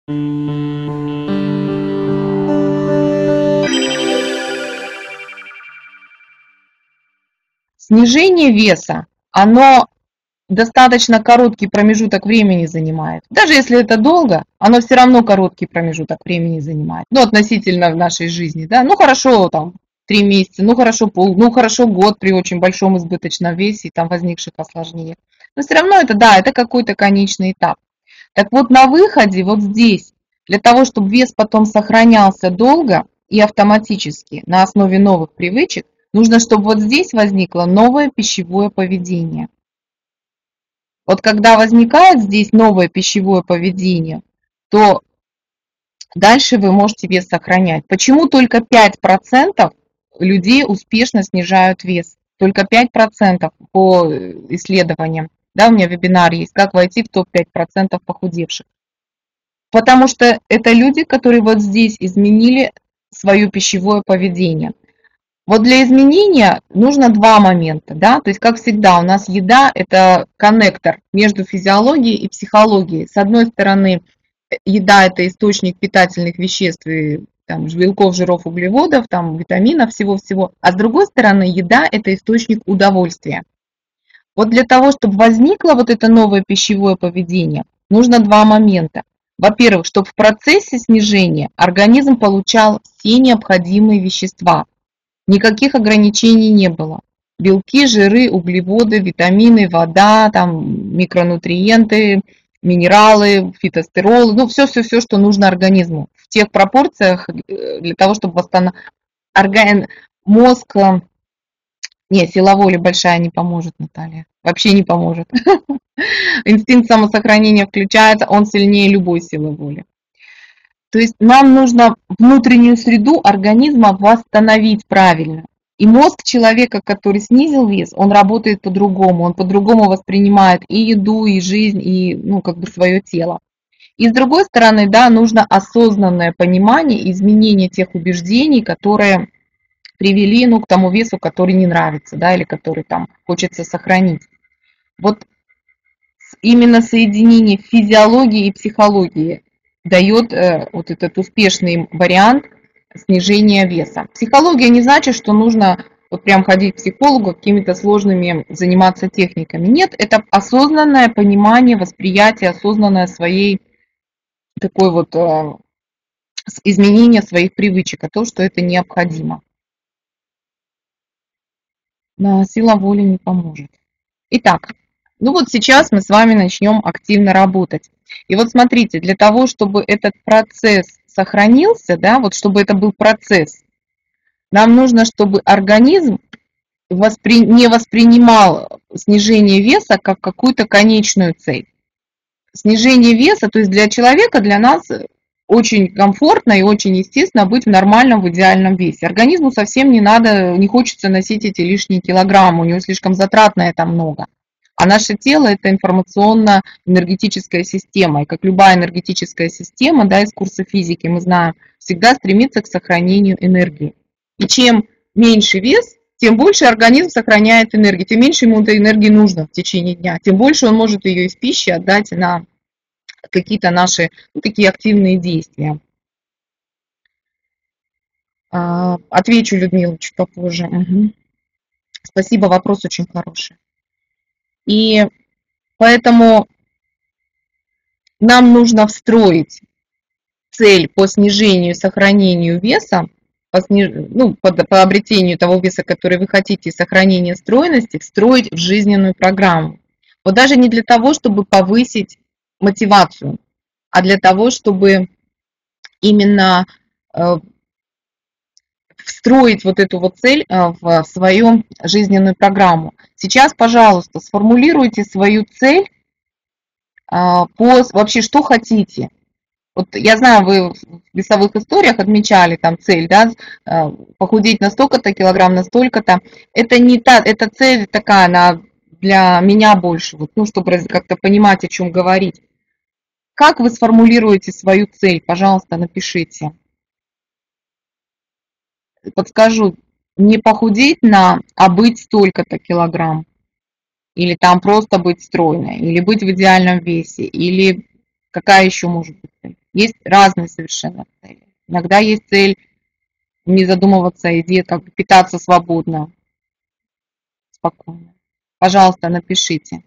Снижение веса, оно достаточно короткий промежуток времени занимает. Даже если это долго, оно все равно короткий промежуток времени занимает. Ну, относительно в нашей жизни, да. Ну, хорошо, там, 3 месяца, ну, хорошо, ну, хорошо, год при очень большом избыточном весе и там возникших осложнениях. Но все равно это, да, это какой-то конечный этап. Так вот, на выходе, вот здесь, для того, чтобы вес потом сохранялся долго и автоматически на основе новых привычек, нужно, чтобы вот здесь возникло новое пищевое поведение. Вот когда возникает здесь новое пищевое поведение, то дальше вы можете вес сохранять. Почему только 5% людей успешно снижают вес? Только 5% по исследованиям. Да, у меня вебинар есть, как войти в топ-5% похудевших. Потому что это люди, которые вот здесь изменили свое пищевое поведение. Вот для изменения нужно два момента, да, то есть как всегда у нас еда это коннектор между физиологией и психологией. С одной стороны, еда это источник питательных веществ, и, там, белков, жиров, углеводов, там, витаминов, всего-всего, а с другой стороны, еда это источник удовольствия. Вот для того, чтобы возникло вот это новое пищевое поведение, нужно два момента. Во-первых, чтобы в процессе снижения организм получал все необходимые вещества. Никаких ограничений не было. Белки, жиры, углеводы, витамины, вода, там, микронутриенты, минералы, фитостеролы, ну все-все-все, что нужно организму в тех пропорциях для того, чтобы восстановить мозг. Не, сила воли большая не поможет, Наталья. Вообще не поможет. Инстинкт самосохранения включается, он сильнее любой силы воли. То есть нам нужно внутреннюю среду организма восстановить правильно. И мозг человека, который снизил вес, он работает по-другому. Он по-другому воспринимает и еду, и жизнь, и ну, как бы свое тело. И с другой стороны, да, нужно осознанное понимание, изменение тех убеждений, которые привели ну, к тому весу, который не нравится, да, или который там хочется сохранить. Вот именно соединение физиологии и психологии дает вот этот успешный вариант снижения веса. Психология не значит, что нужно вот прям ходить к психологу, какими-то сложными заниматься техниками. Нет, это осознанное понимание, восприятие, осознанное своей такой вот изменение своих привычек, а то, что это необходимо. Но сила воли не поможет. Итак, ну вот сейчас мы с вами начнем активно работать. И вот смотрите, для того, чтобы этот процесс сохранился, да, вот чтобы это был процесс, нам нужно, чтобы организм не воспринимал снижение веса как какую-то конечную цель. Снижение веса, то есть для человека, для нас очень комфортно и очень естественно быть в нормальном, в идеальном весе. Организму совсем не надо, не хочется носить эти лишние килограммы, у него слишком затратно это много. А наше тело это информационно-энергетическая система. И как любая энергетическая система, да, из курса физики мы знаем, всегда стремится к сохранению энергии. И чем меньше вес, тем больше организм сохраняет энергию, тем меньше ему этой энергии нужно в течение дня, тем больше он может ее из пищи отдать на какие-то наши ну, такие активные действия. Отвечу, Людмила, чуть попозже. Угу. Спасибо, вопрос очень хороший. И поэтому нам нужно встроить цель по снижению и сохранению веса, по обретению того веса, который вы хотите, и сохранение стройности, встроить в жизненную программу. Вот даже не для того, чтобы повысить мотивацию, а для того, чтобы именно встроить вот эту вот цель в свою жизненную программу. Сейчас, пожалуйста, сформулируйте свою цель вообще, что хотите. Вот я знаю, вы в весовых историях отмечали там цель, да, похудеть на столько-то килограмм, на столько-то. Это не та, эта цель такая, она для меня больше, вот, ну, чтобы как-то понимать, о чем говорить. Как вы сформулируете свою цель? Пожалуйста, напишите. Подскажу, не похудеть а быть столько-то килограмм. Или там просто быть стройной, или быть в идеальном весе, или какая еще может быть цель? Есть разные совершенно цели. Иногда есть цель не задумываться о еде, как бы питаться свободно, спокойно. Пожалуйста, напишите.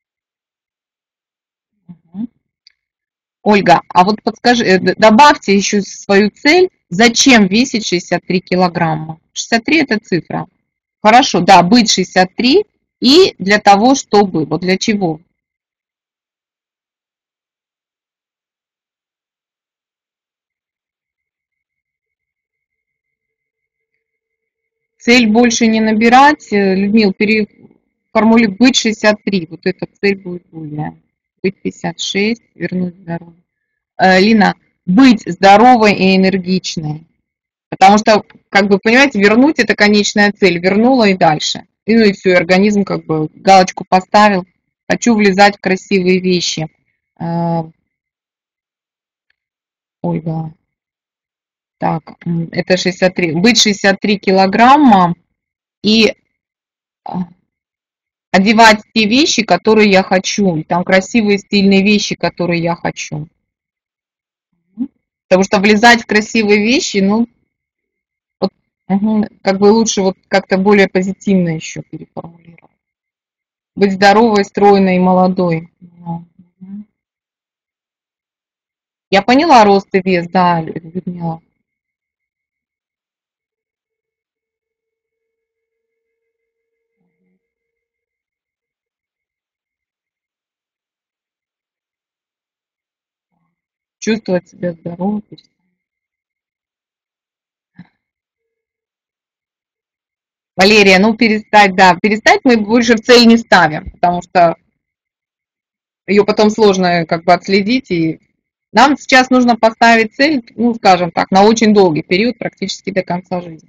Мгм. Ольга, а вот подскажи, добавьте еще свою цель, зачем весить 63 килограмма? 63 это цифра. Хорошо, да, быть 63 и для того, чтобы, вот для чего? Цель больше не набирать, Людмил, переформулируй, быть 63, вот эта цель будет более. Быть 56, вернуть здоровье. Лина, быть здоровой и энергичной. Потому что, как бы, понимаете, вернуть это конечная цель. Вернула и дальше. И, ну и все, и организм как бы галочку поставил. Хочу влезать в красивые вещи. Ольга, так, это 63. Быть 63 килограмма и одевать те вещи, которые я хочу. Там красивые стильные вещи, которые я хочу. Потому что влезать в красивые вещи, ну, вот, как бы лучше вот как-то более позитивно еще переформулировать. Быть здоровой, стройной и молодой. Ну, я поняла рост и вес, да, Людмила. Чувствовать себя здоровой. Валерия, ну перестать, да, перестать мы больше в цель не ставим, потому что ее потом сложно как бы отследить. И нам сейчас нужно поставить цель, ну, скажем так, на очень долгий период, практически до конца жизни.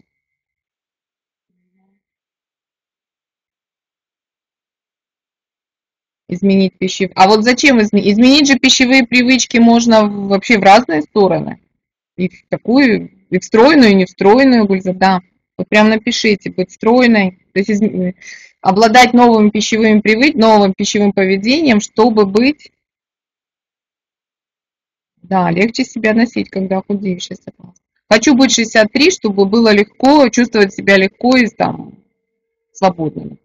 Изменить пищевые. А вот зачем изменить? Изменить же пищевые привычки можно вообще в разные стороны. И в такую, и в стройную, и не в стройную, Гульза, да. Вот прям напишите, быть стройной, то есть обладать новым пищевым новым пищевым поведением, чтобы быть, да, легче себя носить, когда худеешь, я согласна. Хочу быть 63, чтобы было легко, чувствовать себя легко и там свободно.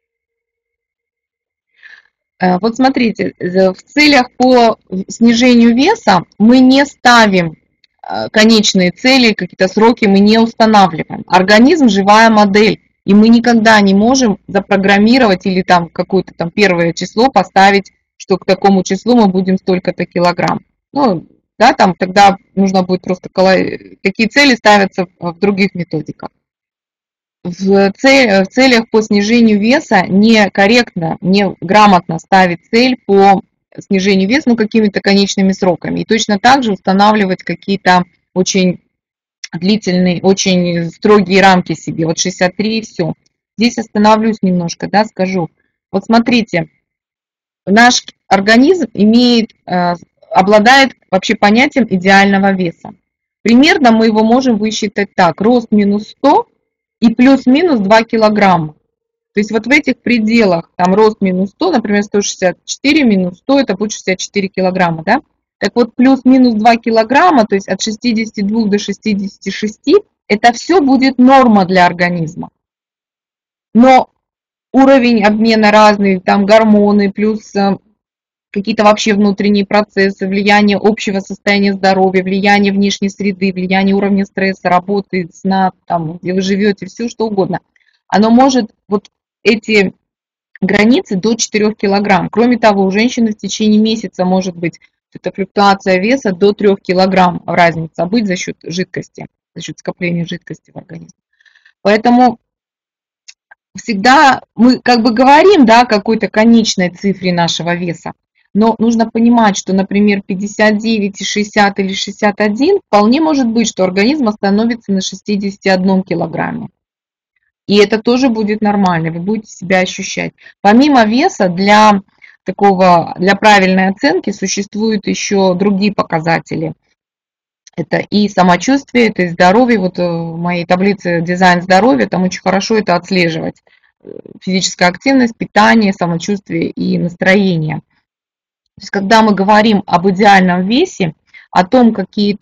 Вот смотрите, в целях по снижению веса мы не ставим конечные цели, какие-то сроки мы не устанавливаем. Организм – живая модель, и мы никогда не можем запрограммировать или там какое-то там первое число поставить, что к такому числу мы будем столько-то килограмм. Ну, да, там тогда нужно будет просто, какие цели ставятся в других методиках. В целях по снижению веса некорректно, неграмотно ставить цель по снижению веса, ну, какими-то конечными сроками. И точно так же устанавливать какие-то очень длительные, очень строгие рамки себе. Вот 63 и все. Здесь остановлюсь немножко, да, скажу. Вот смотрите, наш организм обладает вообще понятием идеального веса. Примерно мы его можем высчитать так. Рост минус 100 и плюс-минус 2 килограмма. То есть вот в этих пределах, там рост минус 100, например, 164 минус 100, это будет 64 килограмма, да? Так вот, плюс-минус 2 килограмма, то есть от 62 до 66, это все будет норма для организма. Но уровень обмена разный, там гормоны, плюс какие-то вообще внутренние процессы, влияние общего состояния здоровья, влияние внешней среды, влияние уровня стресса, работы, сна, там, где вы живете, все что угодно. Оно может, вот эти границы до 4 килограмм. Кроме того, у женщины в течение месяца может быть эта флюктуация веса до 3 килограмм разница быть за счет жидкости, за счет скопления жидкости в организме. Поэтому всегда мы как бы говорим, да, о какой-то конечной цифре нашего веса, но нужно понимать, что, например, 59, 60 или 61 вполне может быть, что организм остановится на 61 килограмме. И это тоже будет нормально, вы будете себя ощущать. Помимо веса, для правильной оценки существуют еще другие показатели. Это и самочувствие, это и здоровье. Вот в моей таблице «Дизайн здоровья» там очень хорошо это отслеживать. Физическая активность, питание, самочувствие и настроение. То есть, когда мы говорим об идеальном весе, о том,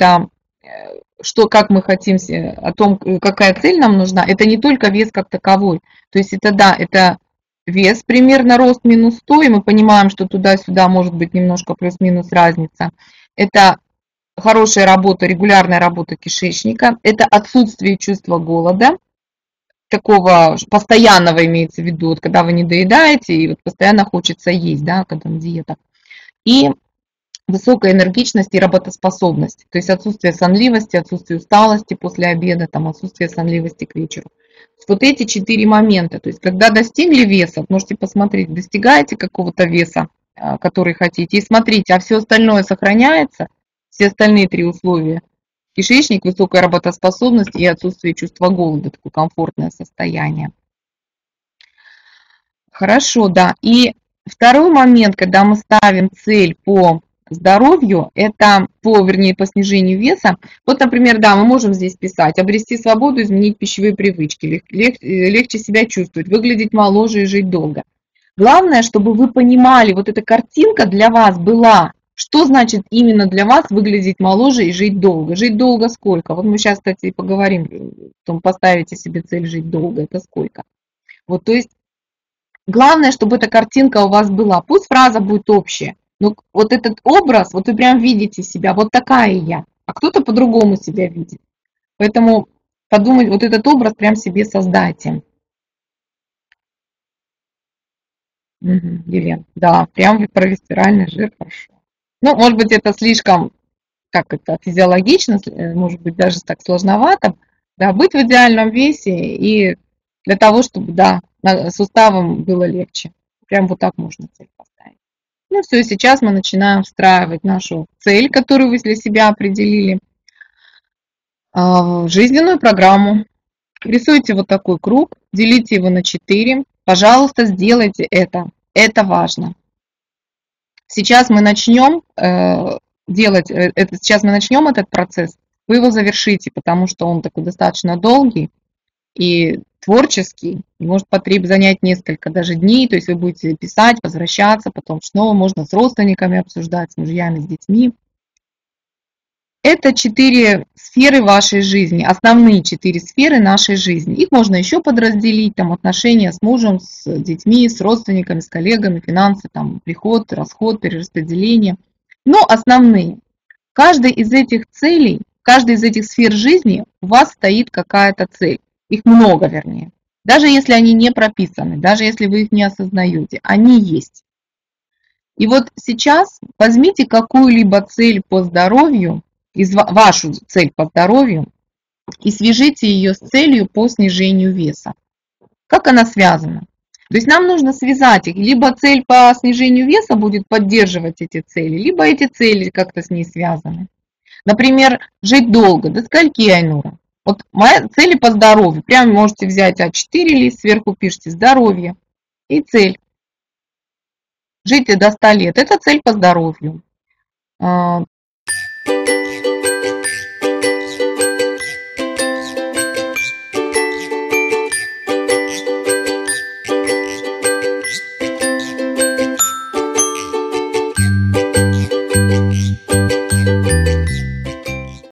как мы хотим, о том, какая цель нам нужна, это не только вес как таковой. То есть это, да, это вес, примерно рост минус 100, и мы понимаем, что туда-сюда может быть немножко плюс-минус разница. Это хорошая работа, регулярная работа кишечника, это отсутствие чувства голода, такого постоянного имеется в виду, вот когда вы не доедаете, и вот постоянно хочется есть, да, когда диета. И высокая энергичность и работоспособность, то есть отсутствие сонливости, отсутствие усталости после обеда, там, отсутствие сонливости к вечеру. Вот эти 4 момента, то есть когда достигли веса, можете посмотреть, достигаете какого-то веса, который хотите, и смотрите, а все остальное сохраняется, все остальные 3 условия. Кишечник, высокая работоспособность и отсутствие чувства голода, такое комфортное состояние. Хорошо, да. И второй момент, когда мы ставим цель по здоровью, это по снижению веса. Вот, например, да, мы можем здесь писать: обрести свободу, изменить пищевые привычки, легче себя чувствовать, выглядеть моложе и жить долго. Главное, чтобы вы понимали, вот эта картинка для вас была, что значит именно для вас выглядеть моложе и жить долго. Жить долго сколько? Вот мы сейчас, кстати, поговорим, потом поставите себе цель жить долго, это сколько. Вот, то есть главное, чтобы эта картинка у вас была. Пусть фраза будет общая, но вот этот образ, вот вы прям видите себя, вот такая я, а кто-то по-другому себя видит. Поэтому подумать, вот этот образ прям себе создайте. Елена, да, прям про висцеральный жир, хорошо. Ну, может быть, это слишком, как это, физиологично, может быть, даже так сложновато, да, быть в идеальном весе и для того, чтобы, да, суставам было легче. Прям вот так можно цель поставить. Ну все, сейчас мы начинаем встраивать нашу цель, которую вы для себя определили, в жизненную программу. Рисуйте вот такой круг, делите его на 4. Пожалуйста, сделайте это. Это важно. Сейчас мы начнем делать это, сейчас мы начнем этот процесс, вы его завершите, потому что он такой достаточно долгий и творческий, и может занять несколько даже дней, то есть вы будете писать, возвращаться, потом снова можно с родственниками обсуждать, с мужьями, с детьми. Это 4 сферы вашей жизни, основные 4 сферы нашей жизни. Их можно еще подразделить, там отношения с мужем, с детьми, с родственниками, с коллегами, финансы, там приход, расход, перераспределение. Но основные. Каждой из этих целей, каждой из этих сфер жизни у вас стоит какая-то цель. Их много, вернее. Даже если они не прописаны, даже если вы их не осознаете, они есть. И вот сейчас возьмите какую-либо цель по здоровью, вашу цель по здоровью, и свяжите ее с целью по снижению веса. Как она связана? То есть нам нужно связать их. Либо цель по снижению веса будет поддерживать эти цели, либо эти цели как-то с ней связаны. Например, жить долго. До скольки, Айнура? Вот моя цели по здоровью. Прямо можете взять А4 лист, сверху пишите здоровье и цель. Жить до 100 лет. Это цель по здоровью.